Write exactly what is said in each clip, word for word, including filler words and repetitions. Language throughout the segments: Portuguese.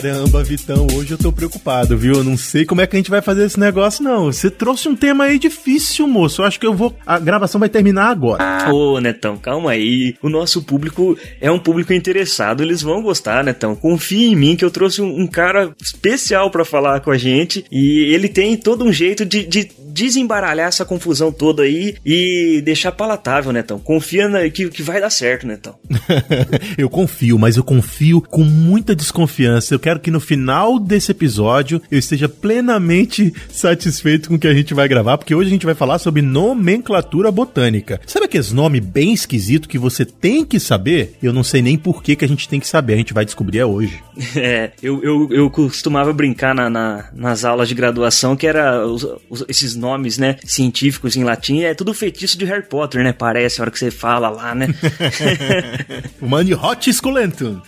Caramba, Vitão, hoje eu tô preocupado, viu? Eu não sei como é que a gente vai fazer esse negócio, não. Você trouxe um tema aí difícil, moço. Eu acho que eu vou... A gravação vai terminar agora. Ô, Netão, calma aí. O nosso público é um público interessado. Eles vão gostar, Netão. Confia em mim que eu trouxe um, um cara especial pra falar com a gente. E ele tem todo um jeito de, de desembaralhar essa confusão toda aí e deixar palatável, Netão. Confia na, que, que vai dar certo, Netão. Eu confio, mas eu confio com muita desconfiança. Eu quero que no final desse episódio eu esteja plenamente satisfeito com o que a gente vai gravar, porque hoje a gente vai falar sobre nomenclatura botânica. Sabe aqueles nomes bem esquisitos que você tem que saber? Eu não sei nem por que, que a gente tem que saber, a gente vai descobrir é hoje. É, eu, eu, eu costumava brincar na, na, nas aulas de graduação que era os, os, esses nomes, né, científicos em latim, é tudo feitiço de Harry Potter, né, parece, a hora que você fala lá, né. O Mani Hot Sculentum.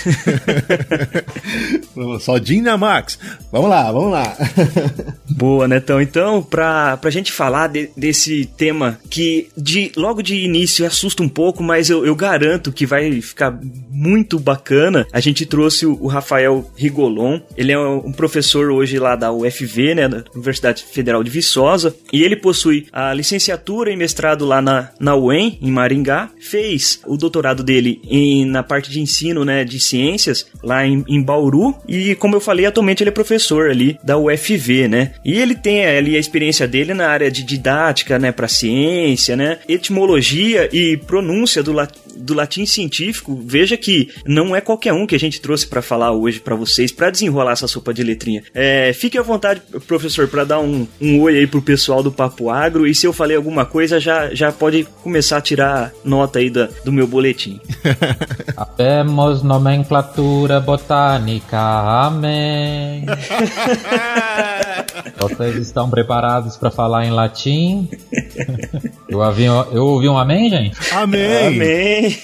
Sodinha Max. Vamos lá, vamos lá. Boa, Netão. Então, pra, pra gente falar de, desse tema que de, logo de início assusta um pouco, mas eu, eu garanto que vai ficar muito bacana, a gente trouxe o, o Rafael Rigolon. Ele é um professor hoje lá da U F V, né, da Universidade Federal de Viçosa, e ele possui a licenciatura e mestrado lá na, na U E M, em Maringá, fez o doutorado dele em, na parte de ensino, né, de ciências, lá em, em Bauru, e como eu falei, atualmente ele é professor ali da U F V, né, e ele tem ali a experiência dele na área de didática, né, para ciência, né, etimologia e pronúncia do, lat, do latim científico. Veja que não é qualquer um que a gente trouxe para falar hoje para vocês, para desenrolar essa sopa de letrinha. É, fique à vontade, professor, para dar um, um oi aí pro pessoal do Papo Agro, e se eu falei alguma coisa, já, já pode começar a tirar nota aí da, do meu boletim. Temos nomenclatura botânica, amém. Vocês estão preparados para falar em latim? Eu ouvi, eu ouvi um amém, gente? Amém! Amém!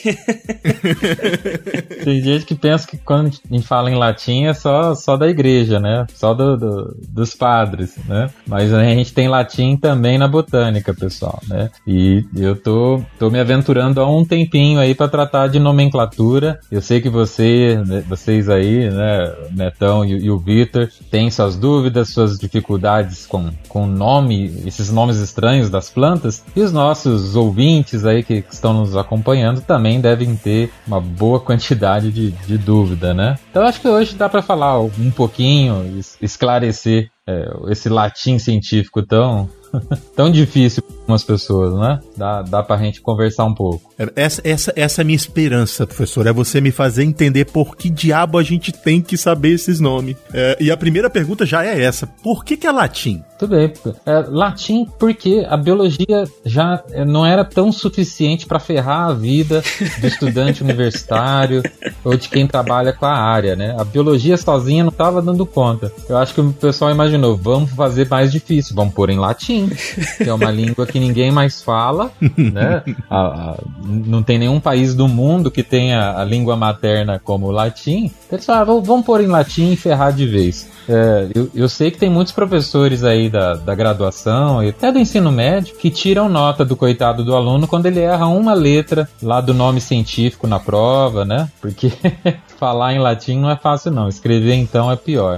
Tem gente que pensa que quando a gente fala em latim é só, só da igreja, né? Só do, do, dos padres, né? Mas a gente tem latim também na botânica, pessoal, né? E eu tô, tô me aventurando há um tempinho aí para tratar de nomenclatura. Eu sei que você, vocês aí, né, Netão e, e o Vitor, têm suas dúvidas, suas dificuldades com, com nome, esses nomes estranhos das plantas, e os nossos ouvintes aí que estão nos acompanhando também devem ter uma boa quantidade de, de dúvida, né? Então acho que hoje dá para falar um pouquinho, esclarecer é, esse latim científico tão, tão difícil para algumas pessoas, né? Dá, dá pra gente conversar um pouco. Essa, essa, essa é a minha esperança, professor, é você me fazer entender por que diabo a gente tem que saber esses nomes. É, e a primeira pergunta já é essa: por que que é latim? Tudo bem. É, latim porque a biologia já não era tão suficiente para ferrar a vida do estudante universitário ou de quem trabalha com a área, né? A biologia sozinha não estava dando conta. Eu acho que o pessoal imaginou, vamos fazer mais difícil, vamos pôr em latim, que é uma língua que ninguém mais fala, né? A, a, não tem nenhum país do mundo que tenha a língua materna como o latim. Então eles falaram, vamos pôr em latim e ferrar de vez. É, eu, eu sei que tem muitos professores aí da, da graduação e até do ensino médio que tiram nota do coitado do aluno quando ele erra uma letra lá do nome científico na prova, né? Porque falar em latim não é fácil não, escrever então é pior.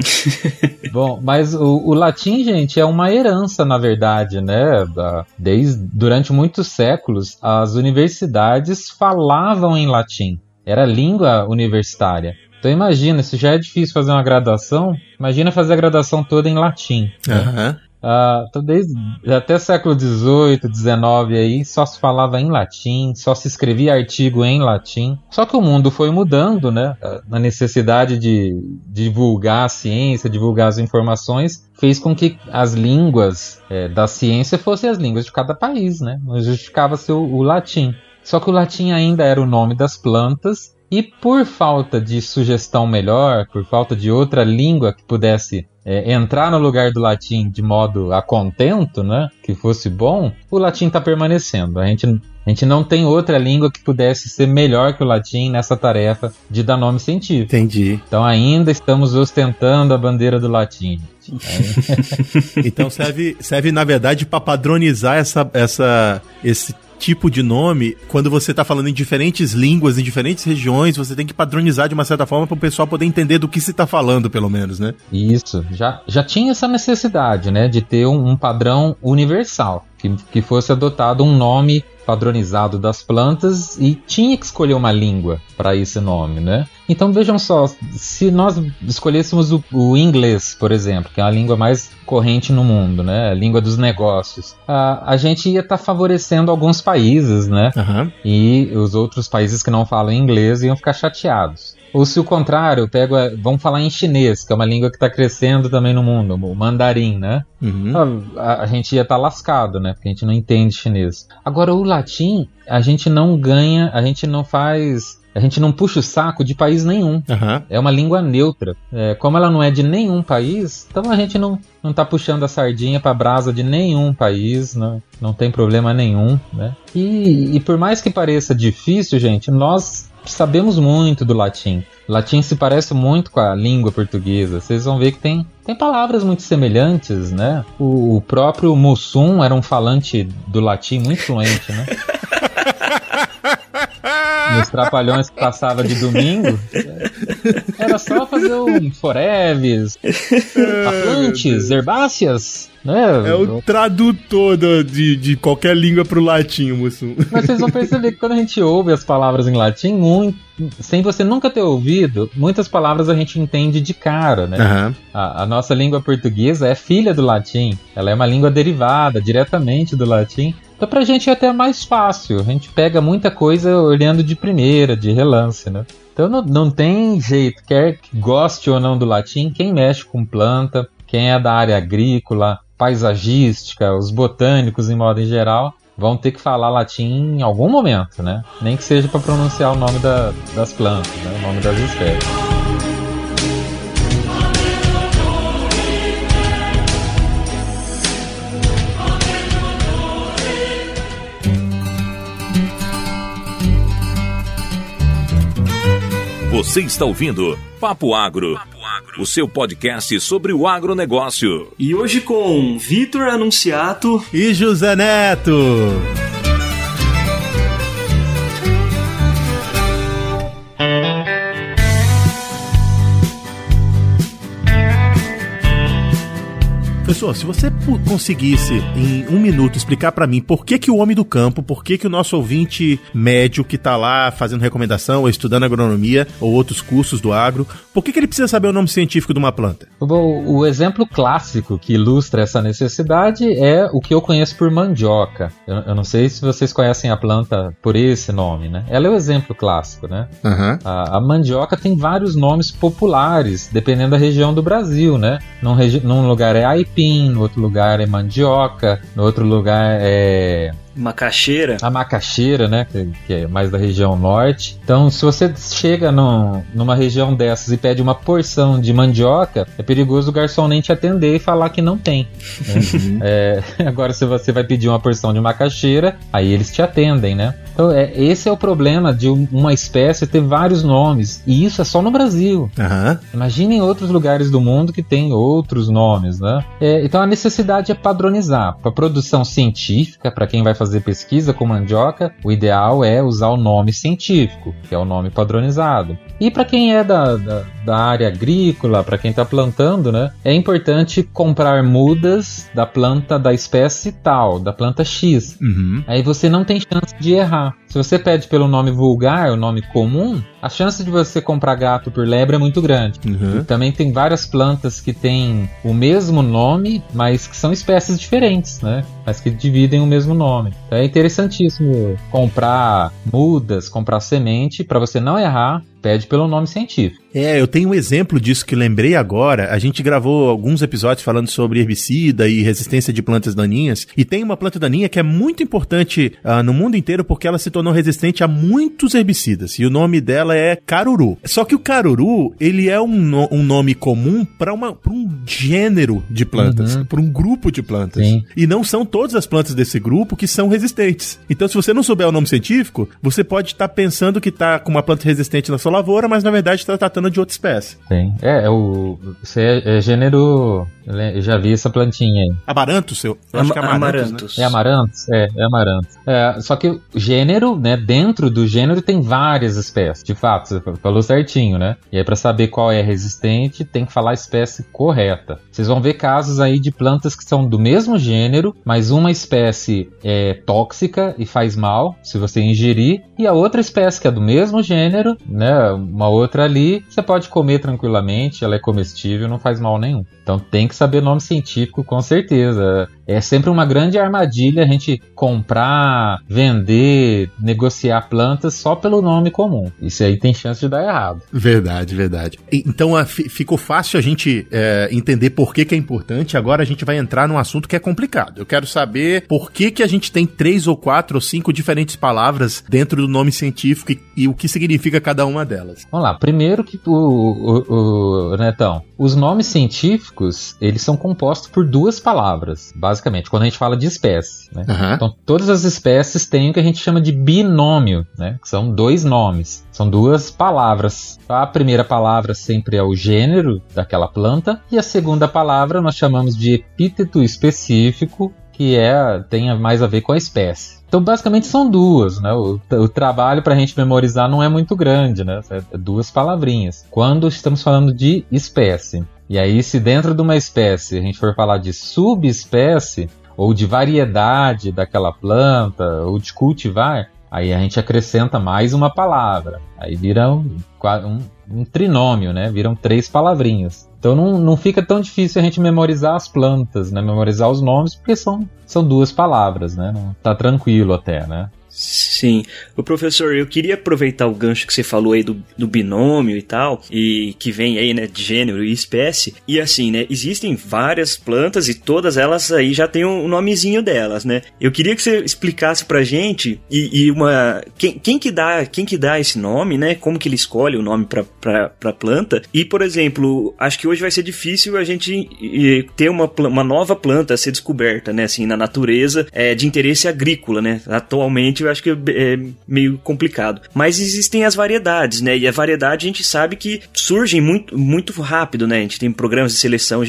Bom, mas o, o latim, gente, é uma herança, na verdade, né? Da, desde, durante muitos séculos, as universidades falavam em latim. Era língua universitária. Então imagina, se já é difícil fazer uma graduação, imagina fazer a graduação toda em latim. Né? Uhum. Uh, então desde, até século dezoito, dezenove aí, só se falava em latim, só se escrevia artigo em latim. Só que o mundo foi mudando, né? A necessidade de divulgar a ciência, divulgar as informações, fez com que as línguas é, da ciência fossem as línguas de cada país, né? Não justificava-se o, o latim. Só que o latim ainda era o nome das plantas, e por falta de sugestão melhor, por falta de outra língua que pudesse é, entrar no lugar do latim de modo a contento, né, que fosse bom, o latim está permanecendo. A gente, a gente não tem outra língua que pudesse ser melhor que o latim nessa tarefa de dar nome científico. Entendi. Então ainda estamos ostentando a bandeira do latim. Então serve, serve na verdade para padronizar essa, essa, esse tipo de nome, quando você tá falando em diferentes línguas, em diferentes regiões, você tem que padronizar de uma certa forma para o pessoal poder entender do que se tá falando, pelo menos, né? Isso, já, já tinha essa necessidade, né, de ter um, um padrão universal, que, que fosse adotado um nome padronizado das plantas e tinha que escolher uma língua para esse nome, né? Então vejam só, se nós escolhêssemos o, o inglês, por exemplo, que é a língua mais corrente no mundo, né? A língua dos negócios, a, a gente ia estar tá favorecendo alguns países, né? Uhum. E os outros países que não falam inglês iam ficar chateados. Ou se o contrário, eu pego a, vamos falar em chinês, que é uma língua que está crescendo também no mundo, o mandarim, né? Uhum. A, a gente ia estar tá lascado, né? Porque a gente não entende chinês. Agora, o latim, a gente não ganha, a gente não faz... A gente não puxa o saco de país nenhum. Uhum. É uma língua neutra. É, como ela não é de nenhum país, então a gente não, não tá puxando a sardinha pra brasa de nenhum país, não, não tem problema nenhum, né? E, e por mais que pareça difícil, gente, nós sabemos muito do latim. O latim se parece muito com a língua portuguesa. Vocês vão ver que tem, tem palavras muito semelhantes, né? O, o próprio Mussum era um falante do latim muito fluente, né? Nos trapalhões que passava de domingo, era só fazer um foreves, aplantes, herbáceas, né? É o tradutor de, de qualquer língua pro latim, Mussum. Mas vocês vão perceber que quando a gente ouve as palavras em latim, muito, sem você nunca ter ouvido, muitas palavras a gente entende de cara, né? Uhum. A, a nossa língua portuguesa é filha do latim, ela é uma língua derivada diretamente do latim. Então pra gente é até mais fácil, a gente pega muita coisa olhando de primeira, de relance, né? Então não, não tem jeito, quer que goste ou não do latim, quem mexe com planta, quem é da área agrícola, paisagística, os botânicos em modo em geral, vão ter que falar latim em algum momento, né? Nem que seja para pronunciar o nome da, das plantas, né? O nome das espécies. Você está ouvindo Papo Agro, o seu podcast sobre o agronegócio. E hoje com Vitor Anunciato e José Neto. Professor, se você conseguisse em um minuto explicar pra mim por que que o homem do campo, por que que o nosso ouvinte médio que tá lá fazendo recomendação ou estudando agronomia ou outros cursos do agro, por que que ele precisa saber o nome científico de uma planta? Bom, o exemplo clássico que ilustra essa necessidade é o que eu conheço por mandioca. Eu, eu não sei se vocês conhecem a planta por esse nome, né? Ela é o exemplo clássico, né? Uhum. A, a mandioca tem vários nomes populares, dependendo da região do Brasil, né? Num, regi- num lugar é aipim, no outro lugar é mandioca, no outro lugar é... macaxeira. A macaxeira, né? Que, que é mais da região norte. Então, se você chega no, numa região dessas e pede uma porção de mandioca, é perigoso o garçom nem te atender e falar que não tem. Né? Uhum. É, agora, se você vai pedir uma porção de macaxeira, aí eles te atendem, né? Então, é, esse é o problema de uma espécie ter vários nomes. E isso é só no Brasil. Uhum. Imagine em outros lugares do mundo que tem outros nomes, né? É, então, a necessidade é padronizar. Para produção científica, para quem vai fazer pesquisa com mandioca, o ideal é usar o nome científico, que é o nome padronizado. E para quem é da, da, da área agrícola, para quem está plantando, né, é importante comprar mudas da planta da espécie tal, da planta X. Uhum. Aí você não tem chance de errar. Se você pede pelo nome vulgar, o nome comum, a chance de você comprar gato por lebre é muito grande. Uhum. E também tem várias plantas que têm o mesmo nome, mas que são espécies diferentes, né? Mas que dividem o mesmo nome. Então é interessantíssimo comprar mudas, comprar semente, para você não errar, pede pelo nome científico. É, eu tenho um exemplo disso que lembrei agora. A gente gravou alguns episódios falando sobre herbicida e resistência de plantas daninhas. E tem uma planta daninha que é muito importante uh, no mundo inteiro porque ela se tornou resistente a muitos herbicidas. E o nome dela é caruru. Só que o caruru, ele é um, no- um nome comum para um gênero de plantas, uhum. para um grupo de plantas. Sim. E não são todas as plantas desse grupo que são resistentes. Então, se você não souber o nome científico, você pode estar tá pensando que está com uma planta resistente na sua lavoura, mas na verdade está tratando de outra espécie. Sim. É, é o. Isso é, é gênero. Eu já vi essa plantinha aí. Amaranthus? Eu, eu Am- acho que é amaranthus, né? É amaranthus? É, é amaranthus. É, só que o gênero, né? Dentro do gênero tem várias espécies. De fato, você falou certinho, né? E aí, para saber qual é resistente, tem que falar a espécie correta. Vocês vão ver casos aí de plantas que são do mesmo gênero, mas uma espécie é tóxica e faz mal se você ingerir, e a outra espécie que é do mesmo gênero, né? Uma outra ali, você pode comer tranquilamente, ela é comestível, não faz mal nenhum. Então tem que saber nome científico, com certeza. É sempre uma grande armadilha a gente comprar, vender, negociar plantas só pelo nome comum. Isso aí tem chance de dar errado. Verdade, verdade. Então a, f- ficou fácil a gente é, entender por que, que é importante. Agora a gente vai entrar num assunto que é complicado. Eu quero saber por que, que a gente tem três ou quatro ou cinco diferentes palavras dentro do nome científico e, e o que significa cada uma delas. Vamos lá. Primeiro que o, o, o Netão, os nomes científicos, eles são compostos por duas palavras, basicamente, quando a gente fala de espécie, né? Uhum. Então, todas as espécies têm o que a gente chama de binômio, né? Que são dois nomes, são duas palavras. A primeira palavra sempre é o gênero daquela planta, e a segunda palavra nós chamamos de epíteto específico, que é, tem mais a ver com a espécie. Então, basicamente, são duas, né? O, o trabalho para a gente memorizar não é muito grande, né? É duas palavrinhas. Quando estamos falando de espécie. E aí, se dentro de uma espécie a gente for falar de subespécie, ou de variedade daquela planta, ou de cultivar, aí a gente acrescenta mais uma palavra. Aí vira um, um, um trinômio, né? Viram três palavrinhas. Então não, não fica tão difícil a gente memorizar as plantas, né? Memorizar os nomes, porque são, são duas palavras, né? Não, tá tranquilo até, né? Sim. O professor, eu queria aproveitar o gancho que você falou aí do, do binômio e tal, e que vem aí, né, de gênero e espécie, e assim, né, existem várias plantas e todas elas aí já tem um nomezinho delas, né? Eu queria que você explicasse pra gente e, e uma... Quem, quem, que dá, quem que dá esse nome, né? Como que ele escolhe o nome pra, pra, pra planta? E, por exemplo, acho que hoje vai ser difícil a gente e, ter uma, uma nova planta a ser descoberta, né, assim, na natureza, é, de interesse agrícola, né? Atualmente eu acho que é meio complicado. Mas existem as variedades, né? E a variedade a gente sabe que surgem muito, muito rápido, né? A gente tem programas de seleção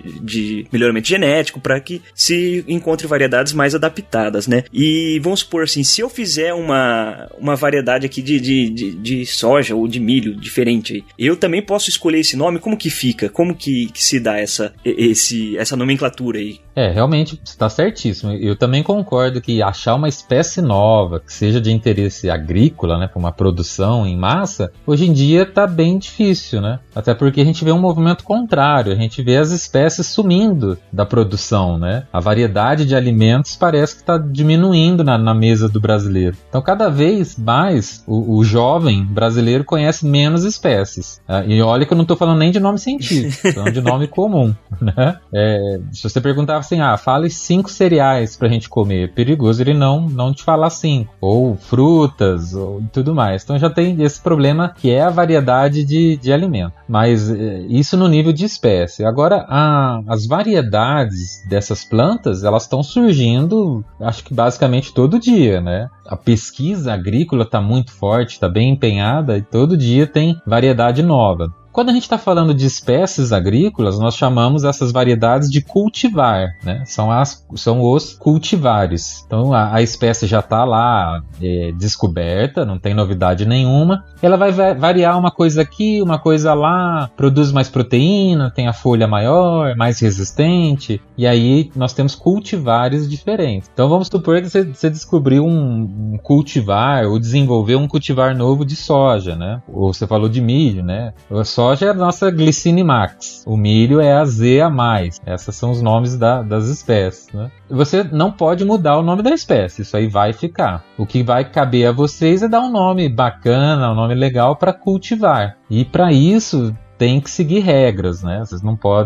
de melhoramento genético para que se encontre variedades mais adaptadas, né? E vamos supor assim, se eu fizer uma, uma variedade aqui de, de, de, de soja ou de milho diferente aí, eu também posso escolher esse nome? Como que fica? Como que, que se dá essa, esse, essa nomenclatura aí? É, realmente, você está certíssimo. Eu também concordo que achar uma espécie nova que seja de interesse agrícola, né, para uma produção em massa, hoje em dia está bem difícil, né? Até porque a gente vê um movimento contrário, a gente vê as espécies sumindo da produção, né? A variedade de alimentos parece que está diminuindo na, na mesa do brasileiro. Então, cada vez mais, o, o jovem brasileiro conhece menos espécies. Ah, e olha que eu não estou falando nem de nome científico, estou falando de nome comum, né? É, se você perguntar assim, ah, fale cinco cereais pra gente comer, é perigoso ele não, não te falar cinco. Ou frutas, ou tudo mais. Então já tem esse problema que é a variedade de, de alimento. Mas isso no nível de espécie. Agora, a, as variedades dessas plantas, elas estão surgindo, acho que basicamente todo dia, né? A pesquisa agrícola está muito forte, está bem empenhada, e todo dia tem variedade nova. Quando a gente está falando de espécies agrícolas, nós chamamos essas variedades de cultivar, né? São, as, são os cultivares. Então a, a espécie já está lá é, descoberta, não tem novidade nenhuma. Ela vai variar uma coisa aqui, uma coisa lá, produz mais proteína, tem a folha maior, mais resistente, e aí nós temos cultivares diferentes. Então vamos supor que você, você descobriu um, um cultivar, ou desenvolveu um cultivar novo de soja, né? Ou você falou de milho, né? A soja é a nossa Glycinimax, o milho é a Z a mais. Esses são os nomes da, das espécies, né? Você não pode mudar o nome da espécie, isso aí vai ficar. O que vai caber a vocês é dar um nome bacana, um nome legal para cultivar. E para isso tem que seguir regras, né? Vocês não podem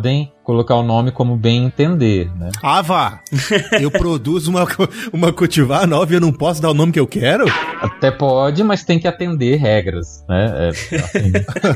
colocar o nome como bem entender, né? Ah, vá! Eu produzo uma, uma cultivar nova e eu não posso dar o nome que eu quero? Até pode, mas tem que atender regras, né? É, assim,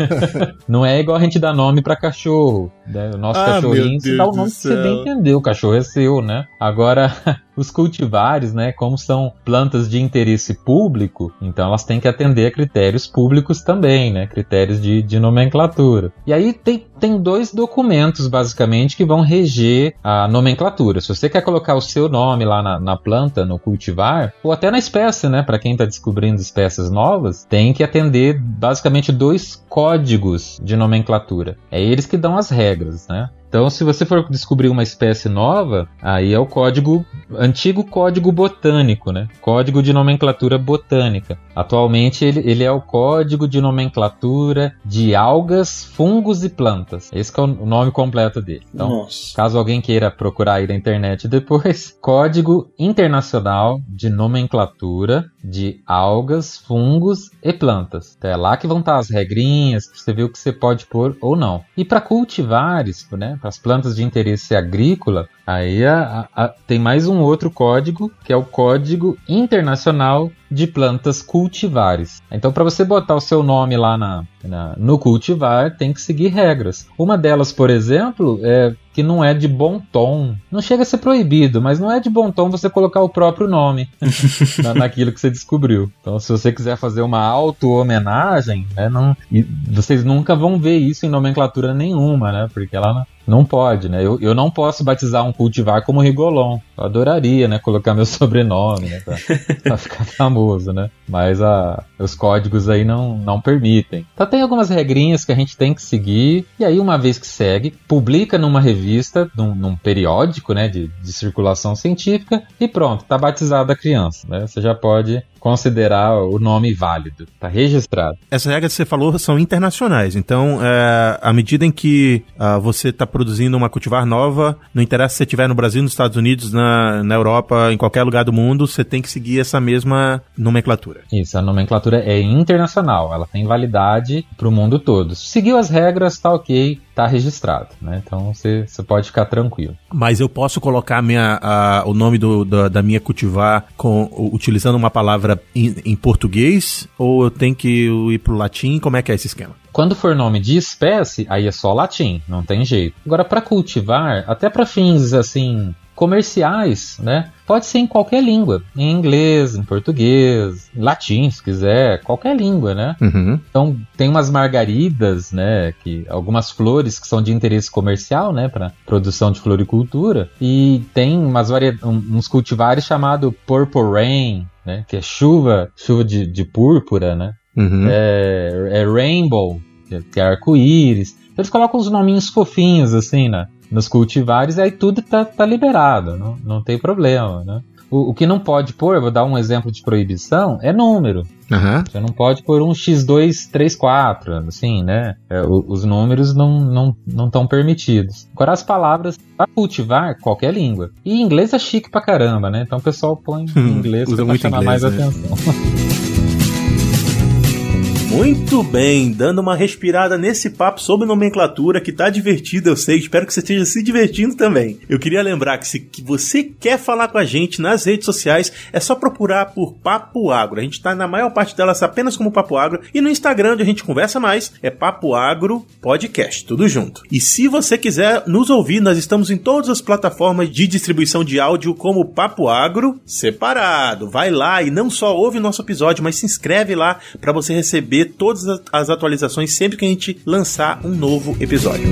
não é igual a gente dar nome pra cachorro, né? O nosso ah, cachorrinho, você dá o nome que você bem entendeu, o cachorro é seu, né? Agora, os cultivares, né, como são plantas de interesse público, então elas têm que atender a critérios públicos também, né? Critérios de, de nomenclatura. E aí tem, tem dois documentos, basicamente, que vão reger a nomenclatura. Se você quer colocar o seu nome lá na, na planta, no cultivar, ou até na espécie, né? Para quem está descobrindo espécies novas, tem que atender, basicamente, dois códigos de nomenclatura. É eles que dão as regras, né? Então, se você for descobrir uma espécie nova, aí é o código, antigo código botânico, né? Código de nomenclatura botânica. Atualmente, ele, ele é o código de nomenclatura de algas, fungos e plantas. Esse que é o nome completo dele. Então, Nossa. Caso alguém queira procurar aí na internet depois, Código Internacional de Nomenclatura de Algas, Fungos e Plantas. Então, é lá que vão estar as regrinhas, pra você ver o que você pode pôr ou não. E para cultivares, né? Para as plantas de interesse agrícola, aí a, a, a, tem mais um outro código, que é o Código Internacional de Plantas Cultivares. Então, para você botar o seu nome lá na, na, no cultivar, tem que seguir regras. Uma delas, por exemplo, é que não é de bom tom. Não chega a ser proibido, mas não é de bom tom você colocar o próprio nome na, naquilo que você descobriu. Então, se você quiser fazer uma auto-homenagem, né, não, e vocês nunca vão ver isso em nomenclatura nenhuma, né? Porque ela não, não pode, né? Eu, eu não posso batizar um cultivar como Rigolon. Eu adoraria, né? Colocar meu sobrenome, né? Pra, pra ficar famoso, né? Mas a, os códigos aí não, não permitem. Então tem algumas regrinhas que a gente tem que seguir. E aí, uma vez que segue, publica numa revista, num, num periódico, né? De, de circulação científica. E pronto, tá batizada a criança, né? Você já pode considerar o nome válido, tá registrado. Essas regras que você falou são internacionais, então é, à medida em que uh, você está produzindo uma cultivar nova, não interessa se você estiver no Brasil, nos Estados Unidos, na, na Europa, em qualquer lugar do mundo, você tem que seguir essa mesma nomenclatura. Isso, a nomenclatura é internacional, ela tem validade para o mundo todo. Seguiu as regras, tá ok, tá registrado, né? Então você, você pode ficar tranquilo. Mas eu posso colocar minha, a, o nome do, da, da minha cultivar com, utilizando uma palavra em, em português, ou eu tenho que ir pro latim? Como é que é esse esquema? Quando for nome de espécie, aí é só latim, não tem jeito. Agora, para cultivar, até para fins assim comerciais, né? Pode ser em qualquer língua, em inglês, em português, em latim, se quiser, qualquer língua, né? Uhum. Então, tem umas margaridas, né? Que, algumas flores que são de interesse comercial, né? Para produção de floricultura. E tem umas varia- uns cultivares chamados Purple Rain, né? Que é chuva, chuva de, de púrpura, né? Uhum. É, é Rainbow, que é arco-íris. Eles colocam uns nominhos fofinhos, assim, né? Nos cultivares, aí tudo tá, tá liberado, não, não tem problema, né? O, o que não pode pôr, eu vou dar um exemplo de proibição, é número. Uhum. Você não pode pôr um xis dois três quatro, assim, né? É, o, os números não não não estão permitidos. Agora, as palavras para cultivar, qualquer língua. E inglês é chique pra caramba, né? Então o pessoal põe em inglês Usa pra muito chamar inglês, mais né? atenção. Muito bem, dando uma respirada nesse papo sobre nomenclatura que tá divertido, eu sei, espero que você esteja se divertindo também. Eu queria lembrar que se que você quer falar com a gente nas redes sociais, é só procurar por Papo Agro. A gente tá na maior parte delas apenas como Papo Agro, e no Instagram, onde a gente conversa mais, é Papo Agro Podcast, tudo junto. E se você quiser nos ouvir, nós estamos em todas as plataformas de distribuição de áudio como Papo Agro separado. Vai lá e não só ouve o nosso episódio, mas se inscreve lá para você receber todas as atualizações sempre que a gente lançar um novo episódio.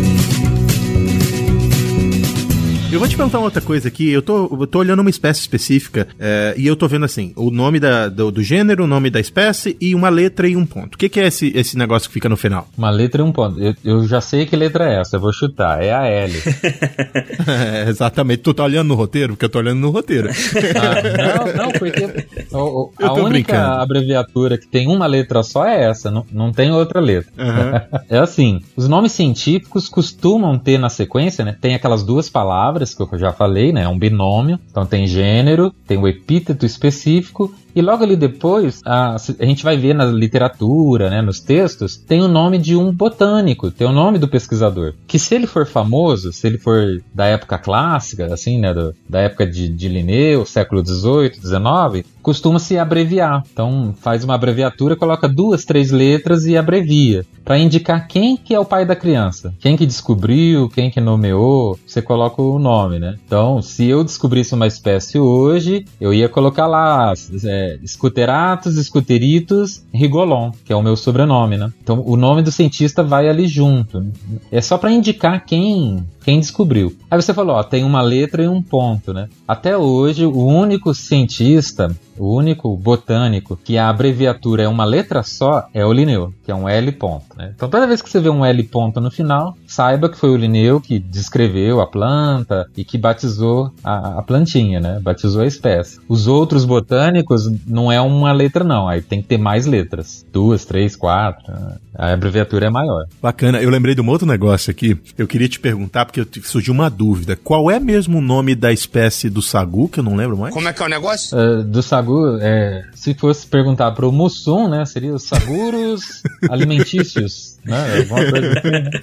Eu vou te perguntar uma outra coisa aqui. Eu tô, eu tô olhando uma espécie específica é, e eu tô vendo assim, o nome da, do, do gênero, o nome da espécie e uma letra e um ponto. O que, que é esse, esse negócio que fica no final? Uma letra e um ponto. Eu, eu já sei que letra é essa, eu vou chutar. É a L. É, exatamente. Tu tá olhando no roteiro? Porque eu tô olhando no roteiro. Ah, não, não, porque o, o, a única brincando. abreviatura que tem uma letra só é essa, não, não tem outra letra. Uhum. É assim, os nomes científicos costumam ter na sequência, né? Tem aquelas duas palavras que eu já falei, né? É um binômio. Então tem gênero, tem o epíteto específico E logo ali depois, a, a gente vai ver na literatura, né, nos textos, tem o nome de um botânico, tem o nome do pesquisador. Que se ele for famoso, se ele for da época clássica, assim, né, do, da época de, de Linneu, século dezoito, dezenove, costuma se abreviar. Então faz uma abreviatura, coloca duas, três letras e abrevia, para indicar quem que é o pai da criança, quem que descobriu, quem que nomeou, você coloca o nome, né? Então, se eu descobrisse uma espécie hoje, eu ia colocar lá é, Scuteratus, Scuteritus, Rigolon, que é o meu sobrenome, né? Então, o nome do cientista vai ali junto. É só para indicar quem... quem descobriu. Aí você falou, ó, tem uma letra e um ponto, né? Até hoje, o único cientista, o único botânico que a abreviatura é uma letra só é o Linneu, que é um L ponto, né? Então toda vez que você vê um L ponto no final, saiba que foi o Linneu que descreveu a planta e que batizou a, a plantinha, né? Batizou a espécie. Os outros botânicos não é uma letra não, aí tem que ter mais letras. Duas, três, quatro, né? A abreviatura é maior. Bacana, eu lembrei de um outro negócio aqui, eu queria te perguntar, porque surgiu uma dúvida. Qual é mesmo o nome da espécie do sagu, que eu não lembro mais? Como é que é o negócio? Uh, do sagu, é, se fosse perguntar pro Mussum, né, seria os saguros alimentícios, né, alguma coisa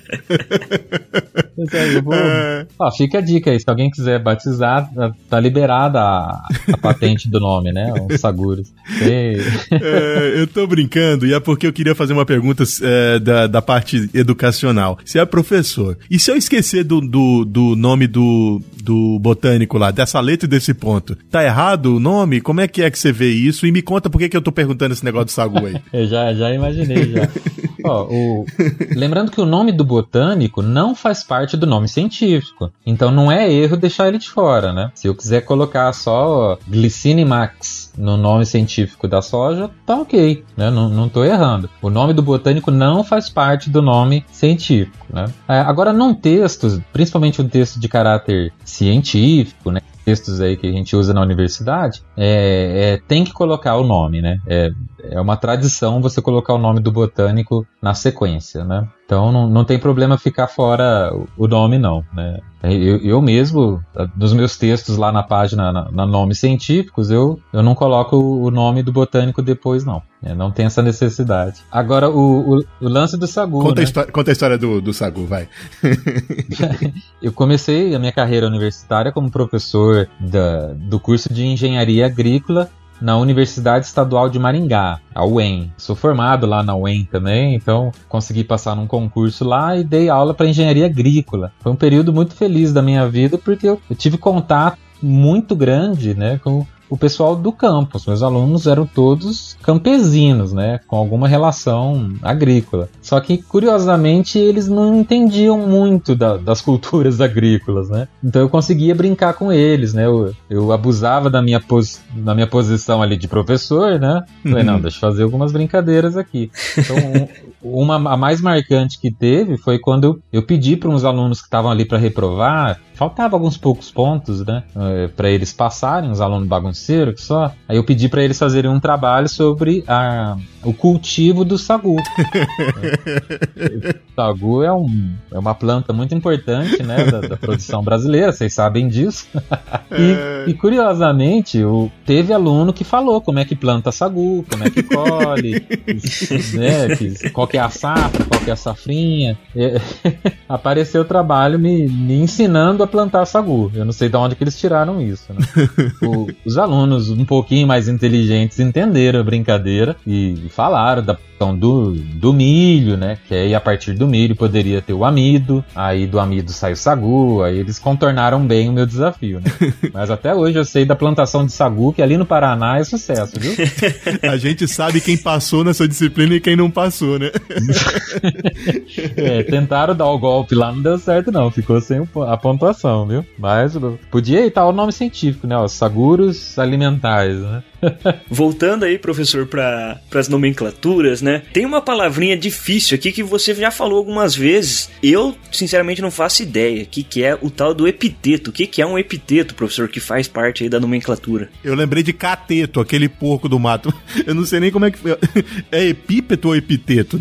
assim. Então, eu vou... Ó, fica a dica aí, se alguém quiser batizar, tá liberada a, a patente do nome, né, os saguros. É, eu tô brincando, e é porque eu queria fazer uma pergunta é, da, da parte educacional. Você é professor, e se eu esquecer do, do, do nome do, do botânico lá, dessa letra e desse ponto, tá errado o nome? Como é que é que você vê isso? E me conta por que, que eu tô perguntando esse negócio do sagu aí. Eu já, já imaginei, já. Ó, o... Lembrando que o nome do botânico não faz parte do nome científico, então não é erro deixar ele de fora, né? Se eu quiser colocar só Glycinimax no nome científico da soja, tá ok, né? Não, não tô errando. O nome do botânico não faz parte do nome científico, né? É, agora, num texto, principalmente um texto de caráter científico, né? Textos aí que a gente usa na universidade, é, é, tem que colocar o nome, né? É, é uma tradição você colocar o nome do botânico na sequência, né? Então não, não tem problema ficar fora o nome, não, né? Eu, eu mesmo, nos meus textos lá na página, na, na nomes científicos, eu, eu não coloco o nome do botânico depois, não. É, não tem essa necessidade. Agora, o, o, o lance do sagu, conta, né? a história, conta a história do, do sagu, vai. Eu comecei a minha carreira universitária como professor da, do curso de Engenharia Agrícola na Universidade Estadual de Maringá, a U E M. Sou formado lá na U E M também, então consegui passar num concurso lá e dei aula para engenharia agrícola. Foi um período muito feliz da minha vida porque eu, eu tive contato muito grande, né, com o pessoal do campo. Os meus alunos eram todos campesinos, né, com alguma relação agrícola. Só que, curiosamente, eles não entendiam muito da, das culturas agrícolas, né? Então eu conseguia brincar com eles, né? Eu, eu abusava da minha, pos, da minha posição ali de professor, né? Falei, uhum. não, deixa eu fazer algumas brincadeiras aqui. Então, um, uma a mais marcante que teve foi quando eu, eu pedi para uns alunos que estavam ali para reprovar, faltava alguns poucos pontos, né, para eles passarem, uns alunos bagunceiros que só. Aí eu pedi para eles fazerem um trabalho sobre a, o cultivo do sagu. O sagu é, um, é uma planta muito importante, né, da, da produção brasileira, vocês sabem disso. e, e curiosamente, o, teve aluno que falou como é que planta sagu, como é que colhe, né, que, qual que é a safra, qual que é a safrinha. E, apareceu o trabalho me, me ensinando a plantar sagu. Eu não sei de onde que eles tiraram isso, né? o, os alunos um pouquinho mais inteligentes entenderam a brincadeira e, e falaram da questão do, do milho, né? Que aí a partir do milho poderia ter o amido, aí do amido sai o sagu, aí eles contornaram bem o meu desafio, né? Mas até hoje eu sei da plantação de sagu, que ali no Paraná é sucesso, viu? A gente sabe quem passou nessa disciplina e quem não passou, né? É, tentaram dar o golpe lá, não deu certo não, ficou sem a pontuação, viu? Mas podia estar o nome científico, né? Os saguros alimentares, né? Voltando aí, professor, para as nomenclaturas, né? Tem uma palavrinha difícil aqui que você já falou algumas vezes. Eu, sinceramente, não faço ideia. O que, que é o tal do epiteto? O que, que é um epiteto, professor, que faz parte aí da nomenclatura? Eu lembrei de cateto, aquele porco do mato. Eu não sei nem como é que... É epípeto ou epiteto?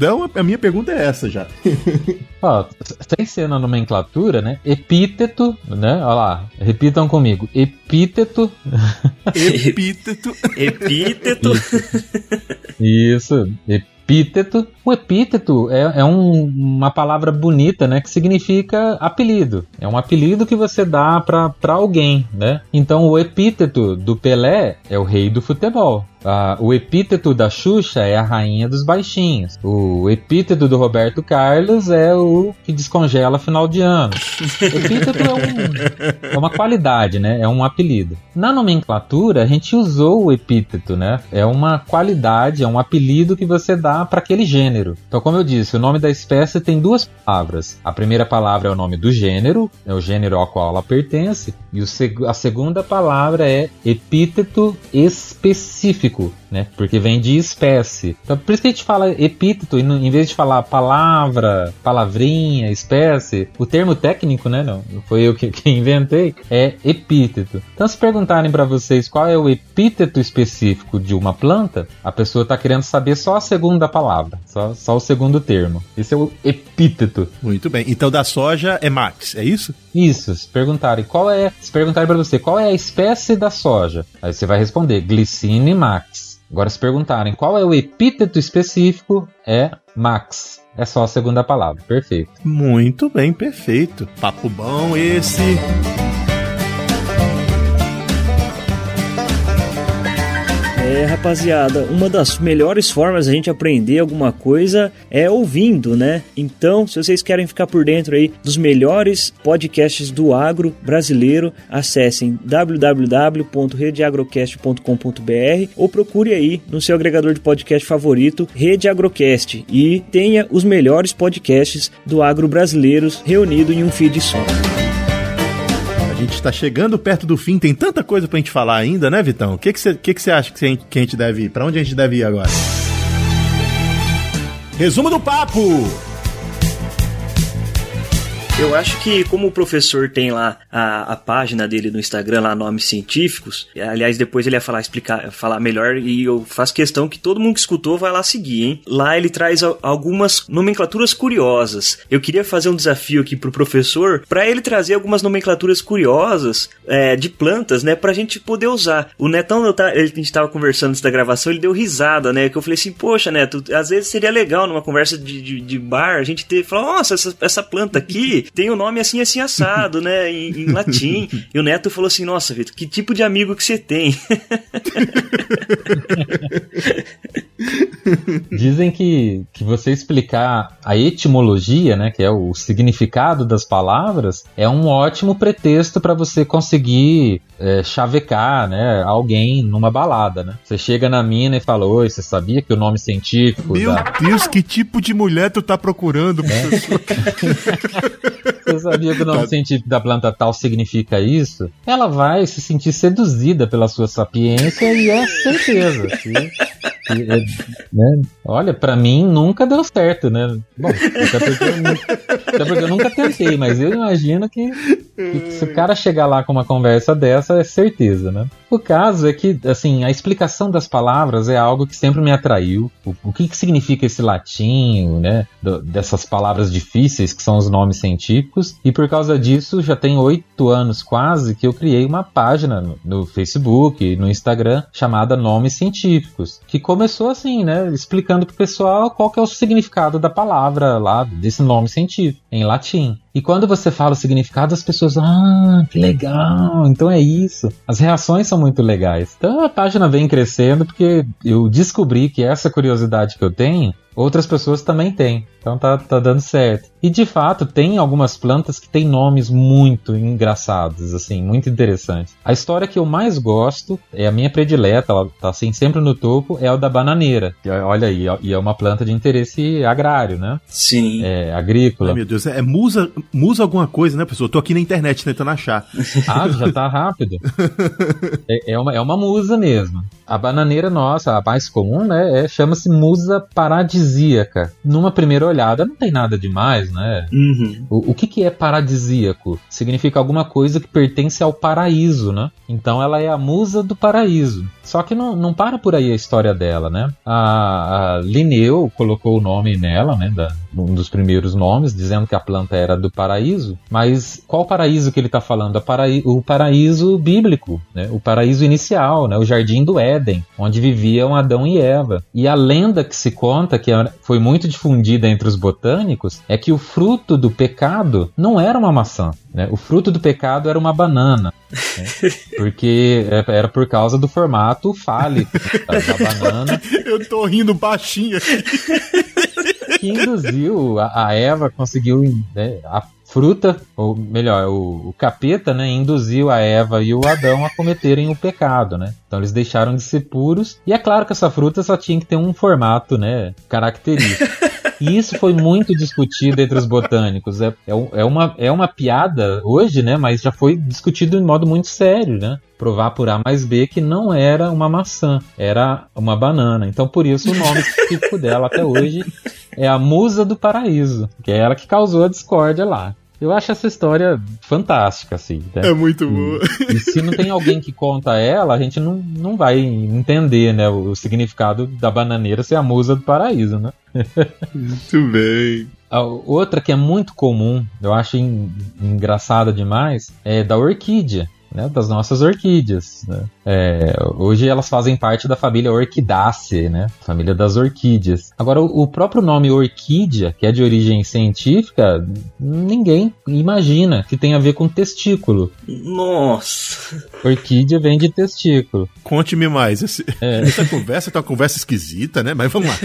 Então, a minha pergunta é essa já. Ó, sem ser na nomenclatura, né? Epíteto, né? Olha lá, repitam comigo. Epíteto. Epíteto. Epíteto. Isso, epíteto. O epíteto é, é um, uma palavra bonita, né? Que significa apelido. É um apelido que você dá pra, pra alguém, né? Então, o epíteto do Pelé é o rei do futebol. Ah, o epíteto da Xuxa é a rainha dos baixinhos. O epíteto do Roberto Carlos é o que descongela final de ano. Epíteto é, um, é uma qualidade, né? É um apelido. Na nomenclatura, a gente usou o epíteto, né? É uma qualidade, é um apelido que você dá para aquele gênero. Então, como eu disse, o nome da espécie tem duas palavras. A primeira palavra é o nome do gênero, é o gênero ao qual ela pertence, e o seg- a segunda palavra é epíteto específico, né? Porque vem de espécie. Então, por isso que a gente fala epíteto, em vez de falar palavra, palavrinha, espécie, o termo técnico, né? Não, foi eu que, que inventei, é epíteto. Então, se perguntarem para vocês qual é o epíteto específico de uma planta, a pessoa está querendo saber só a segunda palavra, só, só o segundo termo. Esse é o epíteto. Muito bem. Então, da soja é Max, é isso? Isso. Se perguntarem qual é, se perguntarem para você qual é a espécie da soja, aí você vai responder Glycine max. Agora, se perguntarem qual é o epíteto específico, é Max. É só a segunda palavra. Perfeito. Muito bem, perfeito. Papo bom esse. É, rapaziada, uma das melhores formas de a gente aprender alguma coisa é ouvindo, né? Então, se vocês querem ficar por dentro aí dos melhores podcasts do agro brasileiro, acessem w w w ponto rede agrocast ponto com ponto b r ou procure aí no seu agregador de podcast favorito, Rede Agrocast, e tenha os melhores podcasts do agro brasileiros reunidos em um feed só. A gente está chegando perto do fim, tem tanta coisa pra gente falar ainda, né, Vitão? O que que você que que acha que, cê, que a gente deve ir? Pra onde a gente deve ir agora? Resumo do papo! Eu acho que como o professor tem lá a, a página dele no Instagram, lá Nomes Científicos, aliás, depois ele ia falar, explicar, falar melhor, e eu faço questão que todo mundo que escutou vai lá seguir, hein? Lá ele traz a, algumas nomenclaturas curiosas. Eu queria fazer um desafio aqui pro professor, pra ele trazer algumas nomenclaturas curiosas é, de plantas, né, pra gente poder usar. O Netão, eu tá, ele, a gente tava conversando antes da gravação, ele deu risada, né, que eu falei assim, poxa, Neto, às vezes seria legal numa conversa de, de, de bar, a gente ter, falar, nossa, essa, essa planta aqui tem o um nome assim, assim, assado, né, em, em latim. E o Neto falou assim, nossa, Vitor, que tipo de amigo que você tem? Dizem que, que você explicar a etimologia, né, que é o significado das palavras, é um ótimo pretexto para você conseguir é, chavecar, né, alguém numa balada, né? Você chega na mina e fala, oi, você sabia que o nome científico... Meu da... Deus, que tipo de mulher tu tá procurando, professor? É. Você sabia que o nome tá. científico da planta tal significa isso? Ela vai se sentir seduzida pela sua sapiência e é certeza. Que, que, é, né? Olha, pra mim nunca deu certo, né? Bom, até porque, eu, até porque eu nunca tentei, mas eu imagino que, que se o cara chegar lá com uma conversa dessa, é certeza, né? O caso é que, assim, a explicação das palavras é algo que sempre me atraiu. O, o que, que significa esse latim, né? Do, dessas palavras difíceis que são os nomes científicos. E por causa disso, já tem oito anos quase que eu criei uma página no, no Facebook e no Instagram chamada Nomes Científicos, que começou assim, né? Explicando pro pessoal qual que é o significado da palavra lá, desse nome científico, em latim. E quando você fala o significado, as pessoas, ah, que legal, então é isso. As reações são muito legais. Então a página vem crescendo porque eu descobri que essa curiosidade que eu tenho, outras pessoas também têm. Então tá, tá dando certo. E de fato, tem algumas plantas que têm nomes muito engraçados, assim, muito interessantes. A história que eu mais gosto, é a minha predileta, ela tá assim sempre no topo, é a da bananeira. Olha aí, e é uma planta de interesse agrário, né? Sim. É, agrícola. Ai, meu Deus, é musa, musa alguma coisa, né, pessoal? Eu tô aqui na internet tentando achar. Ah, já tá rápido. É, é, uma, é uma musa mesmo. A bananeira nossa, a mais comum, né, é, chama-se musa paradisíaca. paradisíaca. Numa primeira olhada não tem nada demais, né? Uhum. O, o que, que é paradisíaco? Significa alguma coisa que pertence ao paraíso, né? Então ela é a musa do paraíso. Só que não, não para por aí a história dela, né? A, a Linneu colocou o nome nela, né? Da, um dos primeiros nomes, dizendo que a planta era do paraíso. Mas qual paraíso que ele está falando? Paraí- o paraíso bíblico, né? O paraíso inicial, né? O jardim do Éden, onde viviam Adão e Eva. E a lenda que se conta, que foi muito difundida entre os botânicos, é que o fruto do pecado não era uma maçã, né? O fruto do pecado era uma banana, né? Porque era por causa do formato fálico da, da banana. Eu tô rindo baixinho aqui. Que induziu, a, a Eva conseguiu, né, a fruta, ou melhor, o, o capeta, né, induziu a Eva e o Adão a cometerem o pecado, né? Então eles deixaram de ser puros, e é claro que essa fruta só tinha que ter um formato, né, característico. E isso foi muito discutido entre os botânicos. É, é, é, uma, é uma piada hoje, né? Mas já foi discutido de modo muito sério, né? Provar por A mais B que não era uma maçã, era uma banana. Então, por isso, o nome específico dela até hoje é a Musa do Paraíso, que é ela que causou a discórdia lá. Eu acho essa história fantástica, assim, né? É muito boa. E, e se não tem alguém que conta ela, a gente não, não vai entender, né, o significado da bananeira ser a musa do paraíso, né? Muito bem. A outra que é muito comum, eu acho en- engraçada demais, é da orquídea, né, das nossas orquídeas, né? É, hoje elas fazem parte da família Orchidaceae, né? Família das orquídeas. Agora, o, o próprio nome orquídea, que é de origem científica, ninguém imagina que tem a ver com testículo. Nossa! Orquídea vem de testículo. Conte-me mais. Esse, É. Essa conversa tá uma conversa esquisita, né? Mas vamos lá.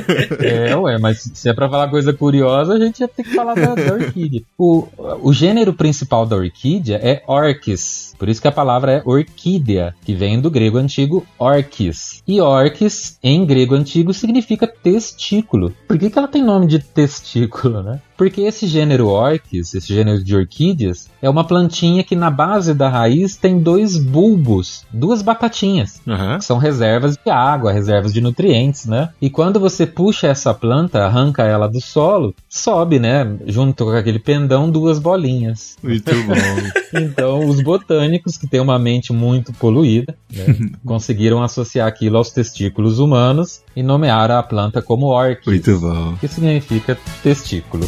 É, ué, mas se é pra falar coisa curiosa, a gente ia ter que falar da, da orquídea. O, o gênero principal da orquídea é Orchis. Por isso que a palavra é orquídea, que vem do grego antigo orchis. E orchis, em grego antigo, significa testículo. Por que que ela tem nome de testículo, né? Porque esse gênero orchis, esse gênero de orquídeas, é uma plantinha que na base da raiz tem dois bulbos, duas batatinhas, Uhum. que são reservas de água, reservas de nutrientes, né? E quando você puxa essa planta, arranca ela do solo, sobe, né? Junto com aquele pendão, duas bolinhas. Muito bom. Então, os botânicos, que têm uma mente muito poluída, né, conseguiram associar aquilo aos testículos humanos e nomearam a planta como orchis, Muito bom. que significa testículo.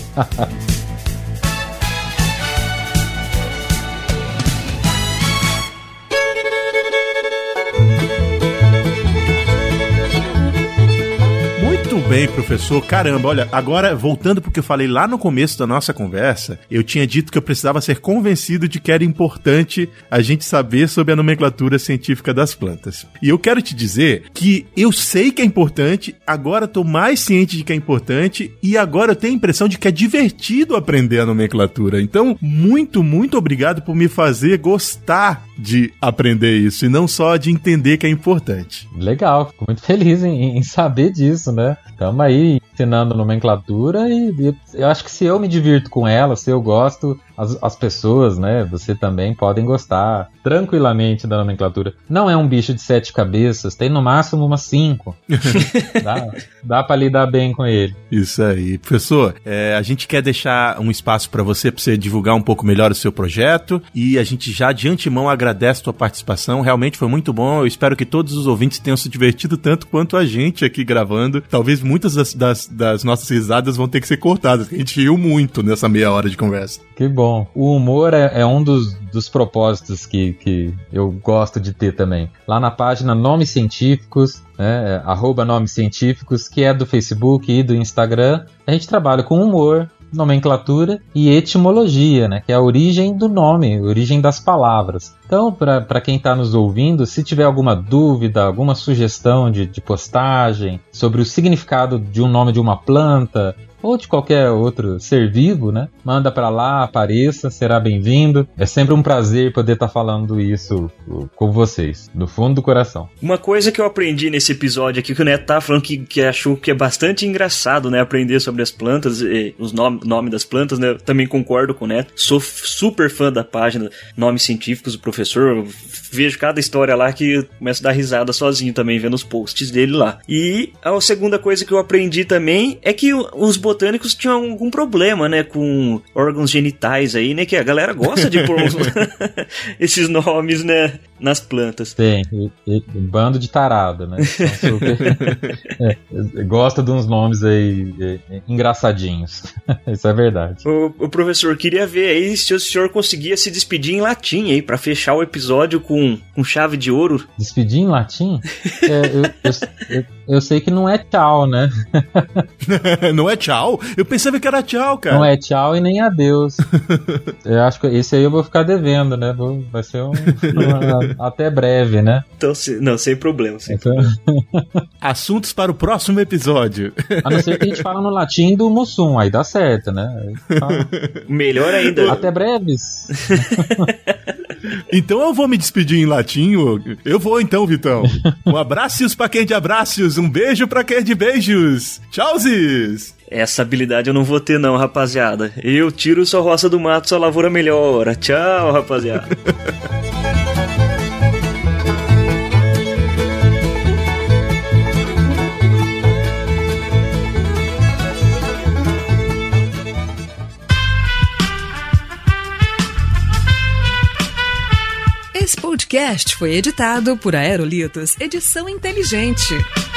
Muito bem, professor. Caramba, olha, agora voltando porque eu falei lá no começo da nossa conversa, eu tinha dito que eu precisava ser convencido de que era importante a gente saber sobre a nomenclatura científica das plantas. E eu quero te dizer que eu sei que é importante, agora tô mais ciente de que é importante e agora eu tenho a impressão de que é divertido aprender a nomenclatura. Então, muito, muito obrigado por me fazer gostar de aprender isso e não só de entender que é importante. Legal, fico muito feliz em, em saber disso, né? Estamos aí ensinando nomenclatura e, e eu acho que se eu me divirto com ela, se eu gosto, as, as pessoas, né, você também podem gostar tranquilamente da nomenclatura. Não é um bicho de sete cabeças, tem no máximo umas cinco. dá, dá pra lidar bem com ele. Isso aí. Professor, é, a gente quer deixar um espaço para você, para você divulgar um pouco melhor o seu projeto e a gente já de antemão agradece a tua participação, realmente foi muito bom, eu espero que todos os ouvintes tenham se divertido tanto quanto a gente aqui gravando. Talvez muitas das, das, das nossas risadas vão ter que ser cortadas, porque a gente riu muito nessa meia hora de conversa. Que bom. O humor é, é um dos, dos propósitos que, que eu gosto de ter também. Lá na página Nomes Científicos, né, arroba Nomes Científicos, que é do Facebook e do Instagram, a gente trabalha com humor, nomenclatura e etimologia, né, que é a origem do nome, a origem das palavras. Então, para quem está nos ouvindo, se tiver alguma dúvida, alguma sugestão de, de postagem sobre o significado de um nome de uma planta, ou de qualquer outro ser vivo, né? Manda pra lá, apareça, será bem-vindo. É sempre um prazer poder estar falando isso com vocês, do fundo do coração. Uma coisa que eu aprendi nesse episódio aqui, que o Neto tá falando que, que achou que é bastante engraçado, né? Aprender sobre as plantas, e os nomes nome das plantas, né? Eu também concordo com o Neto. Sou super fã da página Nomes Científicos do Professor. Eu vejo cada história lá que eu começo a dar risada sozinho também, vendo os posts dele lá. E a segunda coisa que eu aprendi também é que os botânicos tinham algum problema, né? Com órgãos genitais aí, né? Que a galera gosta de pôr esses nomes, né? Nas plantas. Tem, e, e, um bando de tarado, né? Super... é, gosta de uns nomes aí é, é, engraçadinhos. Isso é verdade. O, o professor, queria ver aí se o senhor conseguia se despedir em latim aí, pra fechar o episódio com, com chave de ouro. Despedir em latim? É, eu, eu, eu, eu sei que não é tchau, né? Não é tchau? Eu pensava que era tchau, cara. Não é tchau e nem adeus. Eu acho que esse aí eu vou ficar devendo, né? Vou, vai ser um... uma, até breve, né? Então, não, sem problema. Sem então... problema. Assuntos para o próximo episódio. A não ser que a gente fala no latim do Mussum, aí dá certo, né? Fala... Melhor ainda. Até breves. Então eu vou me despedir em latim. Eu vou então, Vitão. Um abraços pra quem é de abraços, um beijo pra quem é de beijos. Tchauzes! Essa habilidade eu não vou ter não, rapaziada. Eu tiro sua roça do mato, sua lavoura melhora. Tchau, rapaziada. Esse podcast foi editado por Aerolitos Edição Inteligente.